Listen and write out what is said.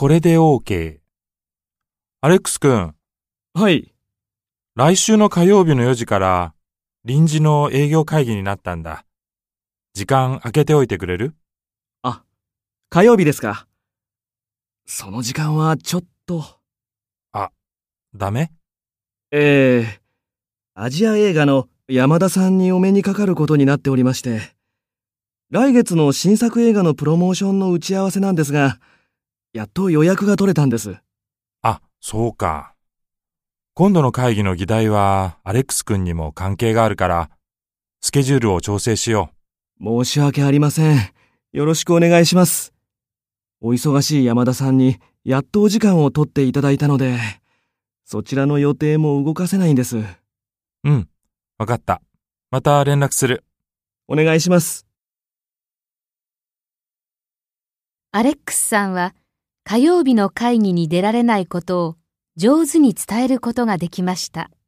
これで OK。アレックス君、 はい。 来週の火曜日の4時から臨時の営業会議になったんだ。時間空けておいてくれる？ あ、火曜日ですか。その時間はちょっと。 あ、ダメ？ アジア映画の山田さんにお目にかかることになっておりまして、来月の新作映画のプロモーションの打ち合わせなんですが、やっと予約が取れたんです。 あ、そうか。今度の会議の議題はアレックス君にも関係があるから、スケジュールを調整しよ申し訳ありません。よろしくお願いします。お忙しい山田さんにやっとお時間を取っていただいたので、そちらの予定も動かせないんです。 う。うん、わかった。また連絡する。 お願いします。 アレックスさんは火曜日の会議に出られないことを上手に伝えることができました。